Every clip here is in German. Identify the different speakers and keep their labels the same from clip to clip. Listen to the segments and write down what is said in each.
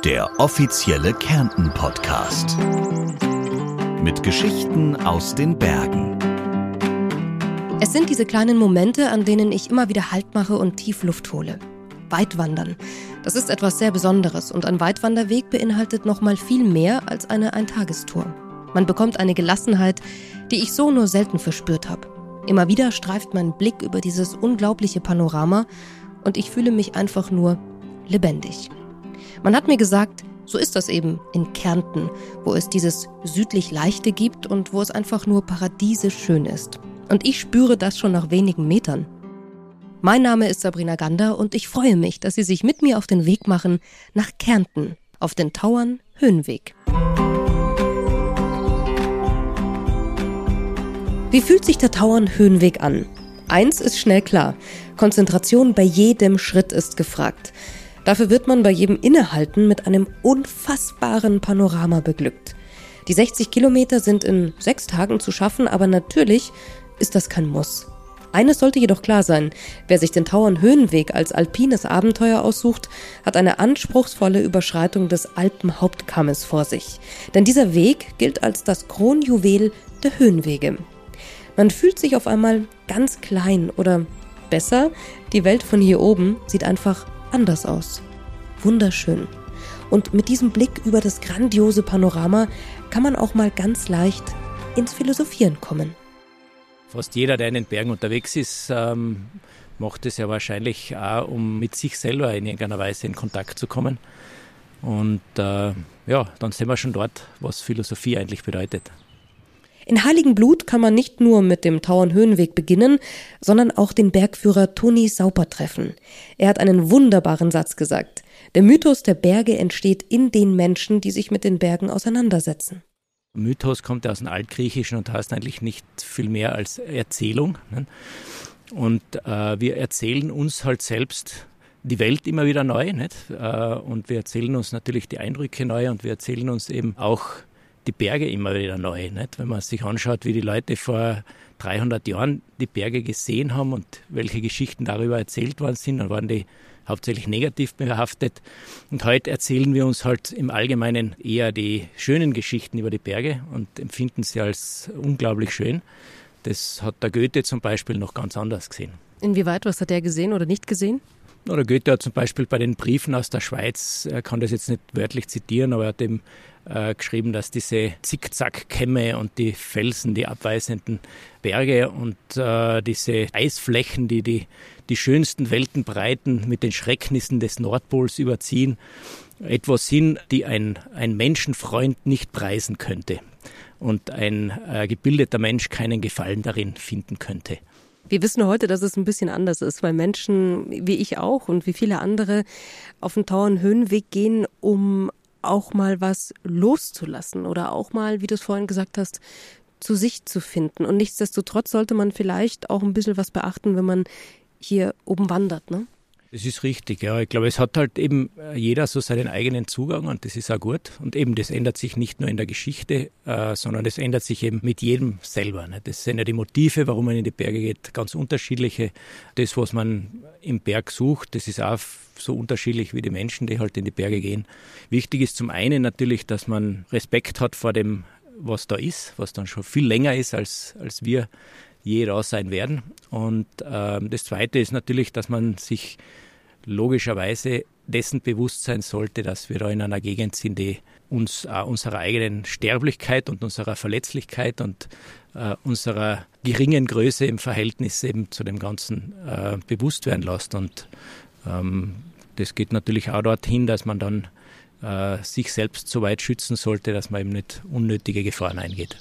Speaker 1: Der offizielle Kärnten-Podcast. Mit Geschichten aus den Bergen.
Speaker 2: Es sind diese kleinen Momente, an denen ich immer wieder Halt mache und tief Luft hole. Weitwandern. Das ist etwas sehr Besonderes und ein Weitwanderweg beinhaltet noch mal viel mehr als eine Eintagestour. Man bekommt eine Gelassenheit, die ich so nur selten verspürt habe. Immer wieder streift mein Blick über dieses unglaubliche Panorama und ich fühle mich einfach nur lebendig. Man hat mir gesagt, so ist das eben in Kärnten, wo es dieses südlich Leichte gibt und wo es einfach nur paradiesisch schön ist. Und ich spüre das schon nach wenigen Metern. Mein Name ist Sabrina Gander und ich freue mich, dass Sie sich mit mir auf den Weg machen nach Kärnten, auf den Tauern-Höhenweg. Wie fühlt sich der Tauern-Höhenweg an? Eins ist schnell klar: Konzentration bei jedem Schritt ist gefragt. Dafür wird man bei jedem Innehalten mit einem unfassbaren Panorama beglückt. Die 60 Kilometer sind in 6 Tagen zu schaffen, aber natürlich ist das kein Muss. Eines sollte jedoch klar sein: Wer sich den Tauern-Höhenweg als alpines Abenteuer aussucht, hat eine anspruchsvolle Überschreitung des Alpenhauptkammes vor sich. Denn dieser Weg gilt als das Kronjuwel der Höhenwege. Man fühlt sich auf einmal ganz klein oder besser, die Welt von hier oben sieht einfach anders aus. Wunderschön. Und mit diesem Blick über das grandiose Panorama kann man auch mal ganz leicht ins Philosophieren kommen.
Speaker 3: Fast jeder, der in den Bergen unterwegs ist, macht es ja wahrscheinlich auch, um mit sich selber in irgendeiner Weise in Kontakt zu kommen. Und dann sind wir schon dort, was Philosophie eigentlich bedeutet.
Speaker 2: In Heiligenblut kann man nicht nur mit dem Tauern-Höhenweg beginnen, sondern auch den Bergführer Toni Sauper treffen. Er hat einen wunderbaren Satz gesagt: Der Mythos der Berge entsteht in den Menschen, die sich mit den Bergen auseinandersetzen.
Speaker 3: Mythos kommt ja aus dem Altgriechischen und heißt eigentlich nicht viel mehr als Erzählung. Und wir erzählen uns halt selbst die Welt immer wieder neu, nicht? Und wir erzählen uns natürlich die Eindrücke neu und wir erzählen uns eben auch die Berge immer wieder neu. Nicht? Wenn man sich anschaut, wie die Leute vor 300 Jahren die Berge gesehen haben und welche Geschichten darüber erzählt worden sind, dann waren die hauptsächlich negativ behaftet. Und heute erzählen wir uns halt im Allgemeinen eher die schönen Geschichten über die Berge und empfinden sie als unglaublich schön. Das hat der Goethe zum Beispiel noch ganz anders gesehen.
Speaker 2: Inwieweit, was hat er gesehen oder nicht gesehen?
Speaker 3: Oder Goethe hat zum Beispiel bei den Briefen aus der Schweiz, er kann das jetzt nicht wörtlich zitieren, aber er hat eben geschrieben, dass diese Zickzackkämme und die Felsen, die abweisenden Berge und diese Eisflächen, die schönsten Weltenbreiten mit den Schrecknissen des Nordpols überziehen, etwas sind, die ein Menschenfreund nicht preisen könnte und ein gebildeter Mensch keinen Gefallen darin finden könnte.
Speaker 2: Wir wissen heute, dass es ein bisschen anders ist, weil Menschen, wie ich auch und wie viele andere, auf den Tauern-Höhenweg gehen, um auch mal was loszulassen oder auch mal, wie du es vorhin gesagt hast, zu sich zu finden. Und nichtsdestotrotz sollte man vielleicht auch ein bisschen was beachten, wenn man hier oben wandert, ne?
Speaker 3: Das ist richtig, ja. Ich glaube, es hat halt eben jeder so seinen eigenen Zugang und das ist auch gut. Und eben, das ändert sich nicht nur in der Geschichte, sondern das ändert sich eben mit jedem selber. Ne? Das sind ja die Motive, warum man in die Berge geht, ganz unterschiedliche. Das, was man im Berg sucht, das ist auch so unterschiedlich wie die Menschen, die halt in die Berge gehen. Wichtig ist zum einen natürlich, dass man Respekt hat vor dem, was da ist, was dann schon viel länger ist, als wir je da sein werden. Und das Zweite ist natürlich, dass man sich logischerweise dessen bewusst sein sollte, dass wir da in einer Gegend sind, die uns unserer eigenen Sterblichkeit und unserer Verletzlichkeit und unserer geringen Größe im Verhältnis eben zu dem Ganzen bewusst werden lässt. Und das geht natürlich auch dorthin, dass man dann sich selbst so weit schützen sollte, dass man eben nicht unnötige Gefahren eingeht.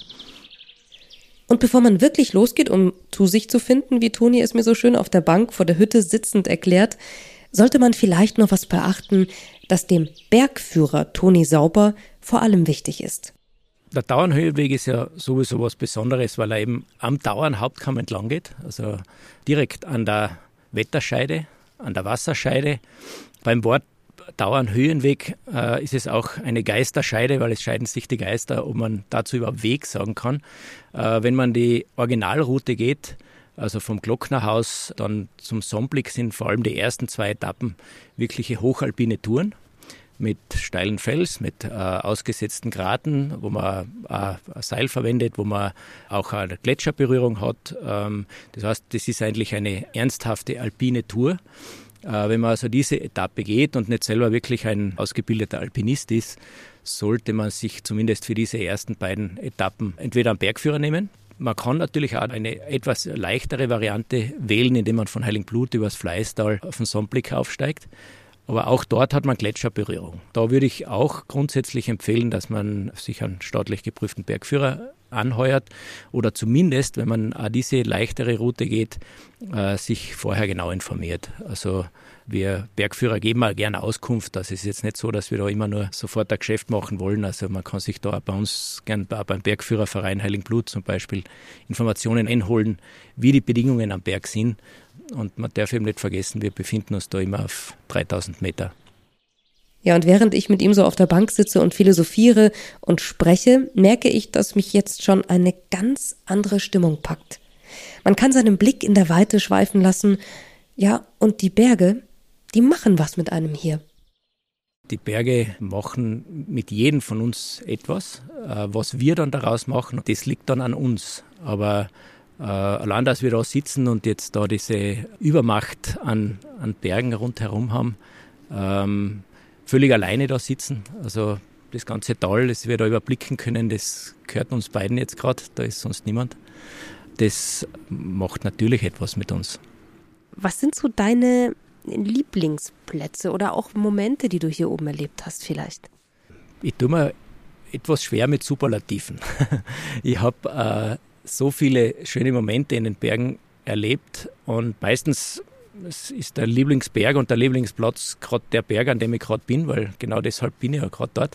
Speaker 2: Und bevor man wirklich losgeht, um zu sich zu finden, wie Toni es mir so schön auf der Bank vor der Hütte sitzend erklärt, sollte man vielleicht noch was beachten, das dem Bergführer Toni Sauper vor allem wichtig ist.
Speaker 3: Der Tauern-Höhenweg ist ja sowieso was Besonderes, weil er eben am Tauern-Hauptkamm entlang geht, also direkt an der Wetterscheide, an der Wasserscheide. Beim Wort Tauern-Höhenweg ist es auch eine Geisterscheide, weil es scheiden sich die Geister, ob man dazu überhaupt Weg sagen kann. Wenn man die Originalroute geht, also vom Glocknerhaus dann zum Somblick, sind vor allem die ersten 2 Etappen wirkliche hochalpine Touren mit steilen Fels, mit ausgesetzten Graten, wo man ein Seil verwendet, wo man auch eine Gletscherberührung hat. Das heißt, das ist eigentlich eine ernsthafte alpine Tour. Wenn man also diese Etappe geht und nicht selber wirklich ein ausgebildeter Alpinist ist, sollte man sich zumindest für diese ersten beiden Etappen entweder einen Bergführer nehmen. Man kann natürlich auch eine etwas leichtere Variante wählen, indem man von Heiligenblut übers Fleißtal auf den Sonnblick aufsteigt. Aber auch dort hat man Gletscherberührung. Da würde ich auch grundsätzlich empfehlen, dass man sich einen staatlich geprüften Bergführer anheuert oder zumindest, wenn man diese leichtere Route geht, sich vorher genau informiert. Also wir Bergführer geben auch gerne Auskunft. Das ist jetzt nicht so, dass wir da immer nur sofort ein Geschäft machen wollen. Also man kann sich da auch bei uns gerne beim Bergführerverein Heiligenblut zum Beispiel Informationen einholen, wie die Bedingungen am Berg sind. Und man darf eben nicht vergessen, wir befinden uns da immer auf 3000 Meter.
Speaker 2: Ja, und während ich mit ihm so auf der Bank sitze und philosophiere und spreche, merke ich, dass mich jetzt schon eine ganz andere Stimmung packt. Man kann seinen Blick in der Weite schweifen lassen. Ja, und die Berge, die machen was mit einem hier.
Speaker 3: Die Berge machen mit jedem von uns etwas. Was wir dann daraus machen, das liegt dann an uns. Aber allein, dass wir da sitzen und jetzt da diese Übermacht an Bergen rundherum haben, völlig alleine da sitzen. Also das ganze Tal, das wir da überblicken können, das gehört uns beiden jetzt gerade, da ist sonst niemand. Das macht natürlich etwas mit uns.
Speaker 2: Was sind so deine Lieblingsplätze oder auch Momente, die du hier oben erlebt hast vielleicht?
Speaker 3: Ich tue mir etwas schwer mit Superlativen. Ich habe so viele schöne Momente in den Bergen erlebt und meistens ist der Lieblingsberg und der Lieblingsplatz gerade der Berg, an dem ich gerade bin, weil genau deshalb bin ich ja gerade dort.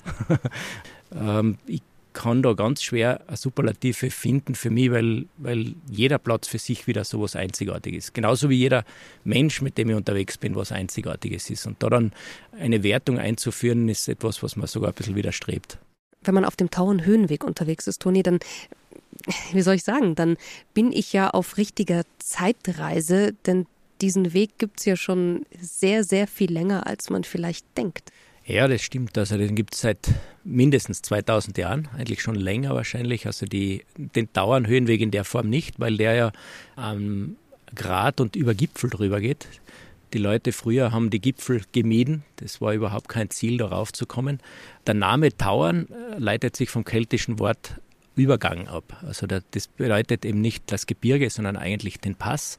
Speaker 3: Ich kann da ganz schwer eine Superlative finden für mich, weil jeder Platz für sich wieder so was Einzigartiges ist. Genauso wie jeder Mensch, mit dem ich unterwegs bin, was Einzigartiges ist. Und da dann eine Wertung einzuführen, ist etwas, was man sogar ein bisschen widerstrebt.
Speaker 2: Wenn man auf dem Tauernhöhenweg unterwegs ist, Toni, dann, wie soll ich sagen, dann bin ich ja auf richtiger Zeitreise, denn diesen Weg gibt es ja schon sehr, sehr viel länger, als man vielleicht denkt.
Speaker 3: Ja, das stimmt. Also den gibt es seit mindestens 2000 Jahren, eigentlich schon länger wahrscheinlich. Also den Tauernhöhenweg in der Form nicht, weil der ja am Grat und über Gipfel drüber geht. Die Leute früher haben die Gipfel gemieden. Das war überhaupt kein Ziel, darauf zu kommen. Der Name Tauern leitet sich vom keltischen Wort Übergang ab. Also das bedeutet eben nicht das Gebirge, sondern eigentlich den Pass.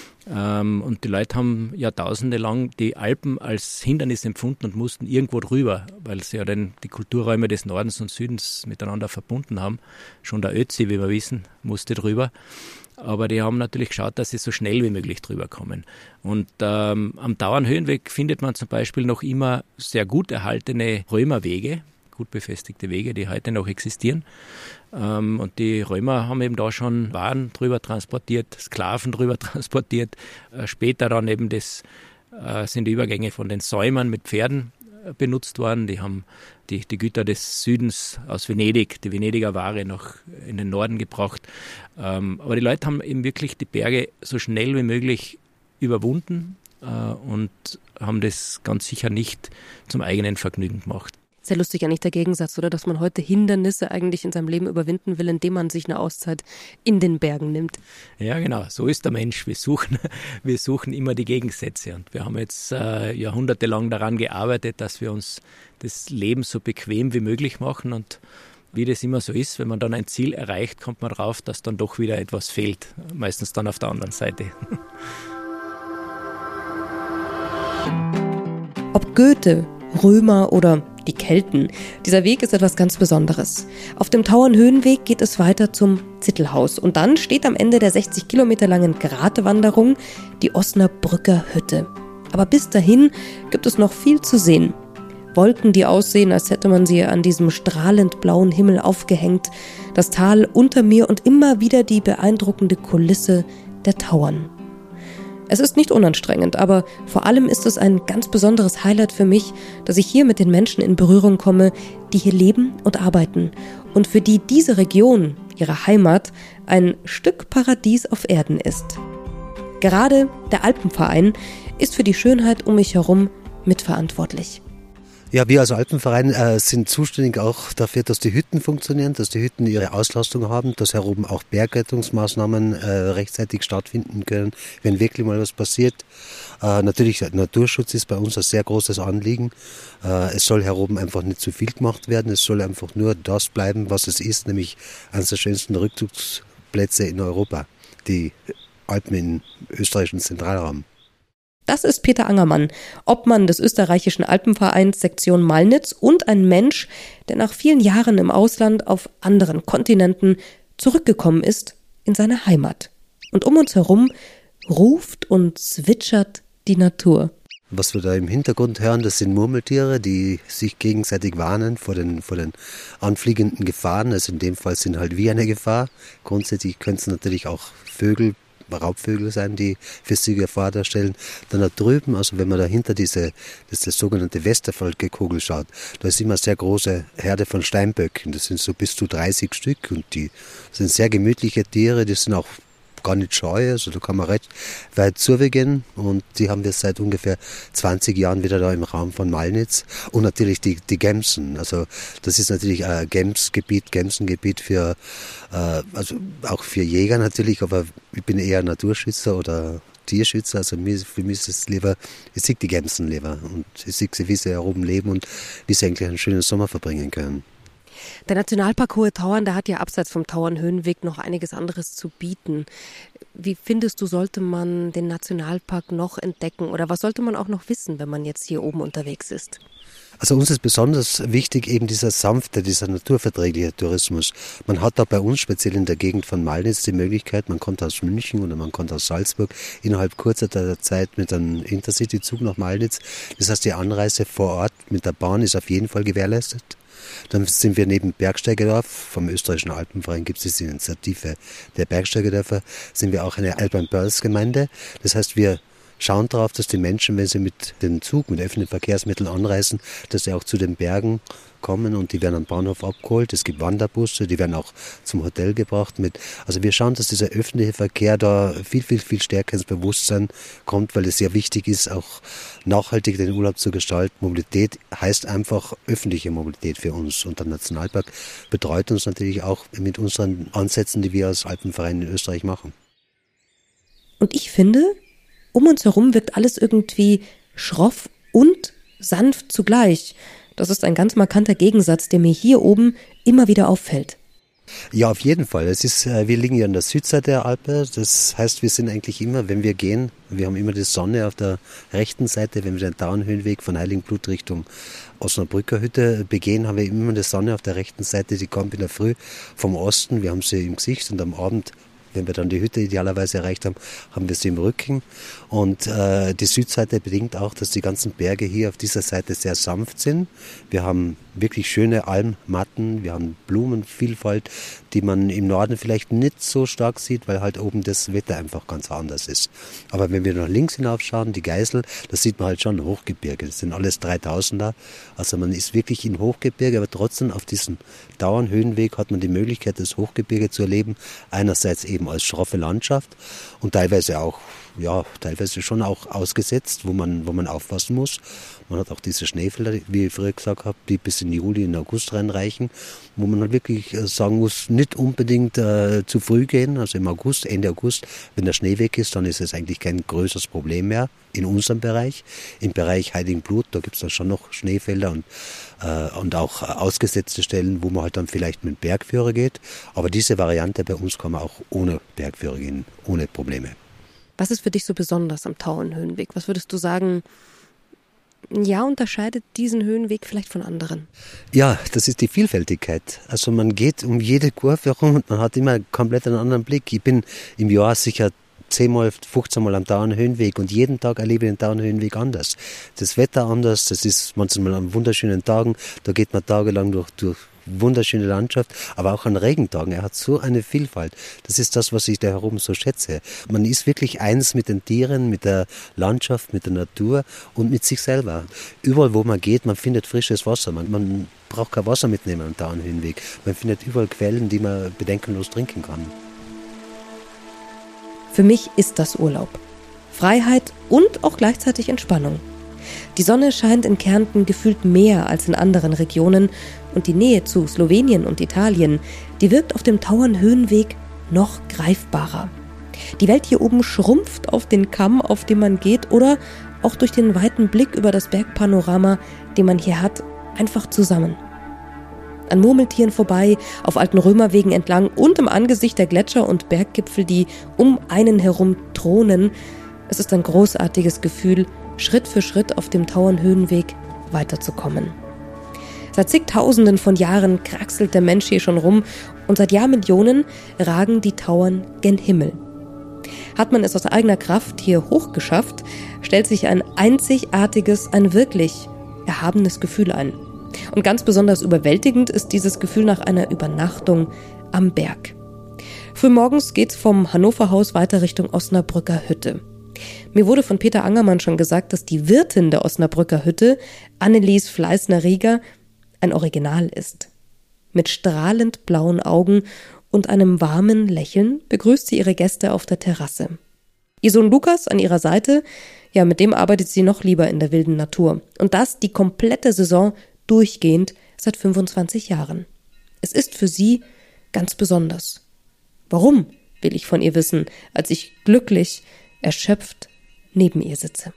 Speaker 3: Und die Leute haben Jahrtausende lang die Alpen als Hindernis empfunden und mussten irgendwo drüber, weil sie ja dann die Kulturräume des Nordens und Südens miteinander verbunden haben. Schon der Ötzi, wie wir wissen, musste drüber. Aber die haben natürlich geschaut, dass sie so schnell wie möglich drüber kommen. Und am Tauernhöhenweg findet man zum Beispiel noch immer sehr gut erhaltene Römerwege, gut befestigte Wege, die heute noch existieren. Und die Römer haben eben da schon Waren drüber transportiert, Sklaven drüber transportiert. Später dann eben sind die Übergänge von den Säumern mit Pferden benutzt worden. Die haben die Güter des Südens aus Venedig, die Venediger Ware, noch in den Norden gebracht. Aber die Leute haben eben wirklich die Berge so schnell wie möglich überwunden und haben das ganz sicher nicht zum eigenen Vergnügen gemacht.
Speaker 2: Sehr lustig eigentlich der Gegensatz, oder? Dass man heute Hindernisse eigentlich in seinem Leben überwinden will, indem man sich eine Auszeit in den Bergen nimmt.
Speaker 3: Ja, genau. So ist der Mensch. Wir suchen immer die Gegensätze. Und wir haben jetzt jahrhundertelang daran gearbeitet, dass wir uns das Leben so bequem wie möglich machen. Und wie das immer so ist, wenn man dann ein Ziel erreicht, kommt man drauf, dass dann doch wieder etwas fehlt. Meistens dann auf der anderen Seite.
Speaker 2: Ob Goethe, Römer oder die Kelten. Dieser Weg ist etwas ganz Besonderes. Auf dem Tauernhöhenweg geht es weiter zum Zittelhaus und dann steht am Ende der 60 Kilometer langen Gratwanderung die Osnabrücker Hütte. Aber bis dahin gibt es noch viel zu sehen. Wolken, die aussehen, als hätte man sie an diesem strahlend blauen Himmel aufgehängt, das Tal unter mir und immer wieder die beeindruckende Kulisse der Tauern. Es ist nicht unanstrengend, aber vor allem ist es ein ganz besonderes Highlight für mich, dass ich hier mit den Menschen in Berührung komme, die hier leben und arbeiten und für die diese Region, ihre Heimat, ein Stück Paradies auf Erden ist. Gerade der Alpenverein ist für die Schönheit um mich herum mitverantwortlich.
Speaker 4: Ja, wir als Alpenverein sind zuständig auch dafür, dass die Hütten funktionieren, dass die Hütten ihre Auslastung haben, dass hier oben auch Bergrettungsmaßnahmen rechtzeitig stattfinden können, wenn wirklich mal was passiert. Natürlich, Naturschutz ist bei uns ein sehr großes Anliegen. Es soll hier oben einfach nicht zu viel gemacht werden. Es soll einfach nur das bleiben, was es ist, nämlich eines der schönsten Rückzugsplätze in Europa, die Alpen im österreichischen Zentralraum.
Speaker 2: Das ist Peter Angermann, Obmann des österreichischen Alpenvereins Sektion Malnitz und ein Mensch, der nach vielen Jahren im Ausland auf anderen Kontinenten zurückgekommen ist in seine Heimat. Und um uns herum ruft und zwitschert die Natur.
Speaker 4: Was wir da im Hintergrund hören, das sind Murmeltiere, die sich gegenseitig warnen vor den anfliegenden Gefahren. Also in dem Fall sind halt wir eine Gefahr. Grundsätzlich können es natürlich auch Raubvögel sein, die für sie Gefahr darstellen. Dann da drüben, also wenn man dahinter das sogenannte Westerfolgekogel schaut, da ist immer eine sehr große Herde von Steinböcken. Das sind so bis zu 30 Stück und die sind sehr gemütliche Tiere, die sind auch gar nicht scheu, also da kann man recht weit zurückgehen und die haben wir seit ungefähr 20 Jahren wieder da im Raum von Malnitz und natürlich die Gämsen, also das ist natürlich ein Gämsengebiet für, also auch für Jäger natürlich, aber ich bin eher Naturschützer oder Tierschützer, also für mich ist es lieber, ich sehe die Gämsen lieber und ich sehe sie, wie sie hier oben leben und wie sie eigentlich einen schönen Sommer verbringen können.
Speaker 2: Der Nationalpark Hohe Tauern, der hat ja abseits vom Tauernhöhenweg noch einiges anderes zu bieten. Wie findest du, sollte man den Nationalpark noch entdecken oder was sollte man auch noch wissen, wenn man jetzt hier oben unterwegs ist?
Speaker 4: Also uns ist besonders wichtig eben dieser sanfte, dieser naturverträgliche Tourismus. Man hat da bei uns, speziell in der Gegend von Malnitz, die Möglichkeit, man kommt aus München oder man kommt aus Salzburg, innerhalb kurzer Zeit mit einem Intercity-Zug nach Malnitz. Das heißt, die Anreise vor Ort mit der Bahn ist auf jeden Fall gewährleistet. Dann sind wir neben Bergsteigerdorf, vom österreichischen Alpenverein gibt es die Initiative der Bergsteigerdörfer, sind wir auch eine Alpenbörse-Gemeinde. Das heißt, wir schauen darauf, dass die Menschen, wenn sie mit dem Zug, mit öffentlichen Verkehrsmitteln anreisen, dass sie auch zu den Bergen kommen und die werden am Bahnhof abgeholt. Es gibt Wanderbusse, die werden auch zum Hotel gebracht. Also wir schauen, dass dieser öffentliche Verkehr da viel, viel, viel stärker ins Bewusstsein kommt, weil es sehr wichtig ist, auch nachhaltig den Urlaub zu gestalten. Mobilität heißt einfach öffentliche Mobilität für uns. Und der Nationalpark betreut uns natürlich auch mit unseren Ansätzen, die wir als Alpenverein in Österreich machen.
Speaker 2: Und ich finde, um uns herum wirkt alles irgendwie schroff und sanft zugleich. Das ist ein ganz markanter Gegensatz, der mir hier oben immer wieder auffällt.
Speaker 4: Ja, auf jeden Fall. Wir liegen ja an der Südseite der Alpe. Das heißt, wir sind eigentlich immer, wenn wir gehen, wir haben immer die Sonne auf der rechten Seite. Wenn wir den Tauernhöhenweg von Heiligenblut Richtung Osnabrücker Hütte begehen, haben wir immer die Sonne auf der rechten Seite. Die kommt in der Früh vom Osten. Wir haben sie im Gesicht und am Abend, wenn wir dann die Hütte idealerweise erreicht haben, haben wir sie im Rücken. Und die Südseite bedingt auch, dass die ganzen Berge hier auf dieser Seite sehr sanft sind. Wir haben wirklich schöne Almmatten, wir haben Blumenvielfalt, die man im Norden vielleicht nicht so stark sieht, weil halt oben das Wetter einfach ganz anders ist. Aber wenn wir nach links hinaufschauen, die Geisel, da sieht man halt schon Hochgebirge. Das sind alles 3000er. Also man ist wirklich in Hochgebirge, aber trotzdem auf diesem Tauernhöhenweg hat man die Möglichkeit, das Hochgebirge zu erleben. Einerseits eben als schroffe Landschaft und teilweise schon auch ausgesetzt, wo man aufpassen muss. Man hat auch diese Schneefelder, wie ich früher gesagt habe, die bis in Juli, in August reinreichen, wo man halt wirklich sagen muss, nicht unbedingt zu früh gehen, also im August, Ende August, wenn der Schnee weg ist, dann ist es eigentlich kein größeres Problem mehr in unserem Bereich. Im Bereich Heiligenblut, da gibt es dann schon noch Schneefelder und auch ausgesetzte Stellen, wo man halt dann vielleicht mit dem Bergführer geht. Aber diese Variante bei uns kann man auch ohne Bergführer gehen, ohne Probleme.
Speaker 2: Was ist für dich so besonders am Tauernhöhenweg? Was würdest du sagen, ja, unterscheidet diesen Höhenweg vielleicht von anderen?
Speaker 4: Ja, das ist die Vielfältigkeit. Also man geht um jede Kurve rum und man hat immer komplett einen anderen Blick. Ich bin im Jahr sicher 10-mal, 15-mal am Tauernhöhenweg und jeden Tag erlebe ich den Tauernhöhenweg anders. Das Wetter anders, das ist manchmal an wunderschönen Tagen, da geht man tagelang durch wunderschöne Landschaft, aber auch an Regentagen. Er hat so eine Vielfalt. Das ist das, was ich da herum so schätze. Man ist wirklich eins mit den Tieren, mit der Landschaft, mit der Natur und mit sich selber. Überall, wo man geht, man findet frisches Wasser. Man braucht kein Wasser mitnehmen am Tauernhöhenweg. Man findet überall Quellen, die man bedenkenlos trinken kann.
Speaker 2: Für mich ist das Urlaub. Freiheit und auch gleichzeitig Entspannung. Die Sonne scheint in Kärnten gefühlt mehr als in anderen Regionen und die Nähe zu Slowenien und Italien, die wirkt auf dem Tauernhöhenweg noch greifbarer. Die Welt hier oben schrumpft auf den Kamm, auf dem man geht, oder auch durch den weiten Blick über das Bergpanorama, den man hier hat, einfach zusammen. An Murmeltieren vorbei, auf alten Römerwegen entlang und im Angesicht der Gletscher und Berggipfel, die um einen herum thronen. Es ist ein großartiges Gefühl, Schritt für Schritt auf dem Tauernhöhenweg weiterzukommen. Seit zigtausenden von Jahren kraxelt der Mensch hier schon rum und seit Jahrmillionen ragen die Tauern gen Himmel. Hat man es aus eigener Kraft hier hochgeschafft, stellt sich ein einzigartiges, ein wirklich erhabenes Gefühl ein. Und ganz besonders überwältigend ist dieses Gefühl nach einer Übernachtung am Berg. Frühmorgens geht's vom Hannoverhaus weiter Richtung Osnabrücker Hütte. Mir wurde von Peter Angermann schon gesagt, dass die Wirtin der Osnabrücker Hütte, Annelies Fleißner-Rieger, ein Original ist. Mit strahlend blauen Augen und einem warmen Lächeln begrüßt sie ihre Gäste auf der Terrasse. Ihr Sohn Lukas an ihrer Seite, ja, mit dem arbeitet sie noch lieber in der wilden Natur. Und das die komplette Saison durchgehend seit 25 Jahren. Es ist für sie ganz besonders. Warum, will ich von ihr wissen, als ich glücklich, erschöpft neben ihr sitze.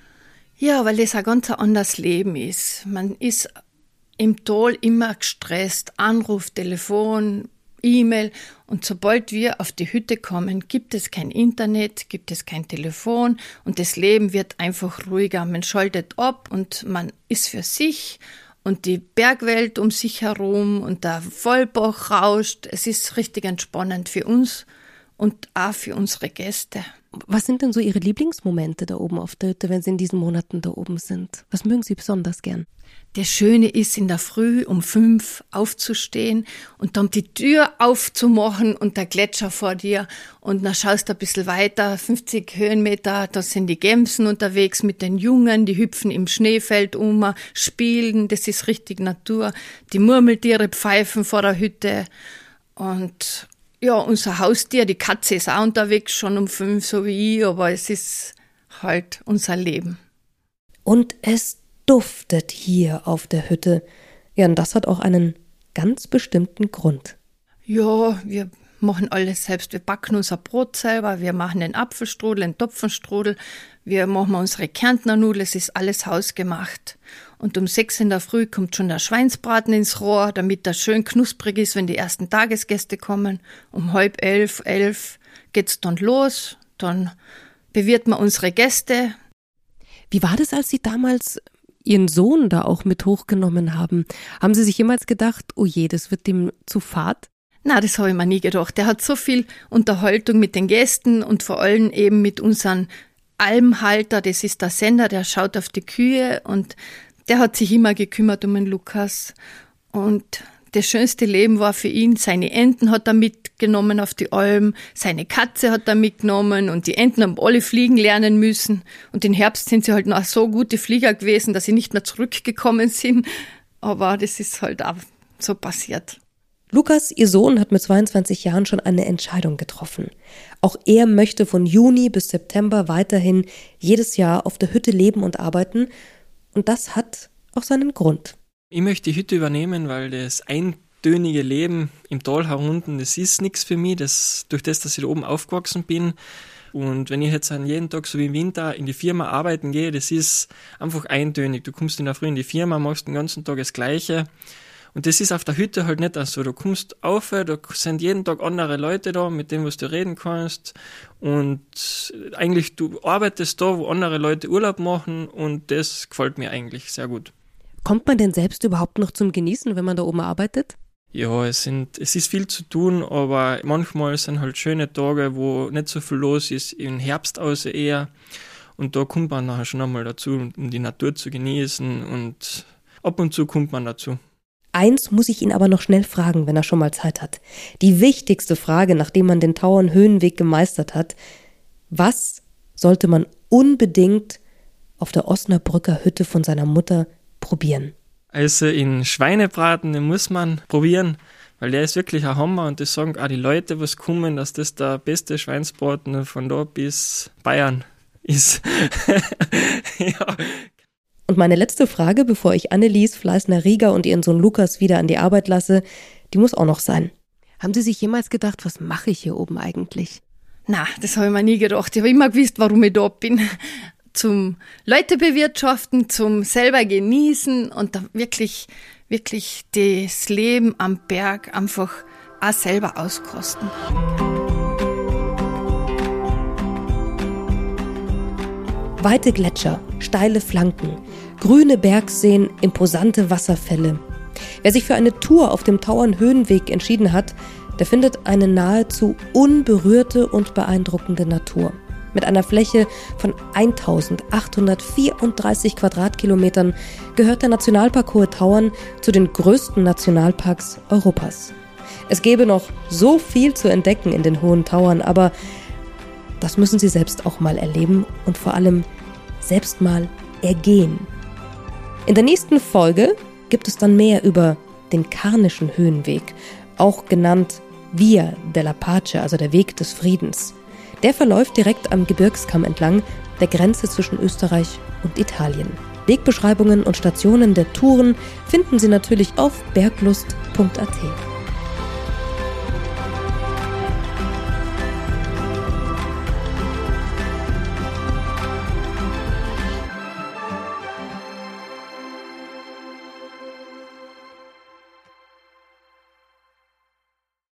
Speaker 5: Ja, weil das ein ganz anderes Leben ist. Man ist im Tal immer gestresst, Anruf, Telefon, E-Mail, und sobald wir auf die Hütte kommen, gibt es kein Internet, gibt es kein Telefon und das Leben wird einfach ruhiger. Man schaltet ab und man ist für sich und die Bergwelt um sich herum und der Vollbach rauscht. Es ist richtig entspannend für uns und auch für unsere Gäste.
Speaker 2: Was sind denn so Ihre Lieblingsmomente da oben auf der Hütte, wenn Sie in diesen Monaten da oben sind? Was mögen Sie besonders gern?
Speaker 5: Das Schöne ist, in der Früh um 5 aufzustehen und dann die Tür aufzumachen und der Gletscher vor dir. Und dann schaust du ein bisschen weiter, 50 Höhenmeter, da sind die Gämsen unterwegs mit den Jungen, die hüpfen im Schneefeld spielen, das ist richtig Natur. Die Murmeltiere pfeifen vor der Hütte und ja, unser Haustier, die Katze ist auch unterwegs, schon um 5, so wie ich, aber es ist halt unser Leben.
Speaker 2: Und es duftet hier auf der Hütte. Ja, und das hat auch einen ganz bestimmten Grund.
Speaker 5: Ja, wir machen alles selbst. Wir backen unser Brot selber, wir machen den Apfelstrudel, den Topfenstrudel, wir machen unsere Kärntner Nudeln, es ist alles hausgemacht. Und um 6 in der Früh kommt schon der Schweinsbraten ins Rohr, damit das schön knusprig ist, wenn die ersten Tagesgäste kommen. Um 10:30, geht's dann los, dann bewirten wir unsere Gäste.
Speaker 2: Wie war das, als Sie damals Ihren Sohn da auch mit hochgenommen haben? Haben Sie sich jemals gedacht, oh je, das wird dem zu fad?
Speaker 5: Na, das habe ich mir nie gedacht. Der hat so viel Unterhaltung mit den Gästen und vor allem eben mit unseren Almhalter, das ist der Sender, der schaut auf die Kühe und der hat sich immer gekümmert um den Lukas. Und das schönste Leben war für ihn, seine Enten hat er mitgenommen auf die Alm, seine Katze hat er mitgenommen und die Enten haben alle fliegen lernen müssen. Und im Herbst sind sie halt noch so gute Flieger gewesen, dass sie nicht mehr zurückgekommen sind. Aber das ist halt auch so passiert.
Speaker 2: Lukas, ihr Sohn, hat mit 22 Jahren schon eine Entscheidung getroffen. Auch er möchte von Juni bis September weiterhin jedes Jahr auf der Hütte leben und arbeiten. Und das hat auch seinen Grund.
Speaker 6: Ich möchte die Hütte übernehmen, weil das eintönige Leben im Tal herunten, das ist nichts für mich, durch das, dass ich da oben aufgewachsen bin. Und wenn ich jetzt an jeden Tag, so wie im Winter, in die Firma arbeiten gehe, das ist einfach eintönig. Du kommst in der Früh in die Firma, machst den ganzen Tag das Gleiche. Und das ist auf der Hütte halt nicht so. Du kommst auf, da sind jeden Tag andere Leute da, mit denen du reden kannst. Und eigentlich, du arbeitest da, wo andere Leute Urlaub machen und das gefällt mir eigentlich sehr gut.
Speaker 2: Kommt man denn selbst überhaupt noch zum Genießen, wenn man da oben arbeitet?
Speaker 6: Ja, es ist viel zu tun, aber manchmal sind halt schöne Tage, wo nicht so viel los ist, im Herbst außer eher. Und da kommt man nachher schon einmal dazu, um die Natur zu genießen und ab und zu kommt man dazu.
Speaker 2: Eins muss ich ihn aber noch schnell fragen, wenn er schon mal Zeit hat. Die wichtigste Frage, nachdem man den Tauernhöhenweg gemeistert hat: Was sollte man unbedingt auf der Osnabrücker Hütte von seiner Mutter probieren?
Speaker 6: Also in Schweinebraten, den muss man probieren, weil der ist wirklich ein Hammer und das sagen auch die Leute, was kommen, dass das der beste Schweinsbraten von da bis Bayern ist. Ja.
Speaker 2: Und meine letzte Frage, bevor ich Annelies Fleißner-Rieger und ihren Sohn Lukas wieder an die Arbeit lasse, die muss auch noch sein. Haben Sie sich jemals gedacht, was mache ich hier oben eigentlich?
Speaker 5: Na, das habe ich mir nie gedacht. Ich habe immer gewusst, warum ich da bin. Zum Leute bewirtschaften, zum selber genießen und da wirklich das Leben am Berg einfach auch selber auskosten.
Speaker 2: Weite Gletscher, steile Flanken, grüne Bergseen, imposante Wasserfälle. Wer sich für eine Tour auf dem Tauernhöhenweg entschieden hat, der findet eine nahezu unberührte und beeindruckende Natur. Mit einer Fläche von 1834 Quadratkilometern gehört der Nationalpark Hohe Tauern zu den größten Nationalparks Europas. Es gäbe noch so viel zu entdecken in den Hohen Tauern, aber das müssen Sie selbst auch mal erleben und vor allem selbst mal ergehen. In der nächsten Folge gibt es dann mehr über den Karnischen Höhenweg, auch genannt Via della Pace, also der Weg des Friedens. Der verläuft direkt am Gebirgskamm entlang der Grenze zwischen Österreich und Italien. Wegbeschreibungen und Stationen der Touren finden Sie natürlich auf berglust.at.